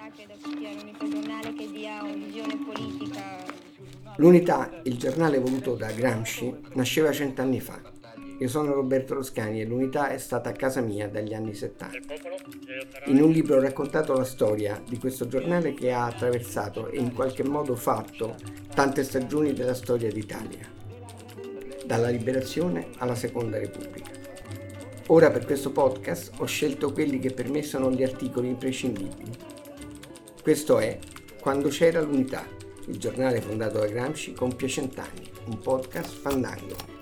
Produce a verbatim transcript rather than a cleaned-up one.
credo che sia l'unico giornale che dia una visione politica. L'Unità, il giornale voluto da Gramsci, nasceva cent'anni fa. Io sono Roberto Toscani e l'Unità è stata a casa mia dagli anni settanta. In un libro ho raccontato la storia di questo giornale che ha attraversato e in qualche modo fatto tante stagioni della storia d'Italia, dalla liberazione alla Seconda Repubblica. Ora per questo podcast ho scelto quelli che per me sono gli articoli imprescindibili. Questo è Quando c'era l'Unità, il giornale fondato da Gramsci compie cent'anni, un podcast Fandango.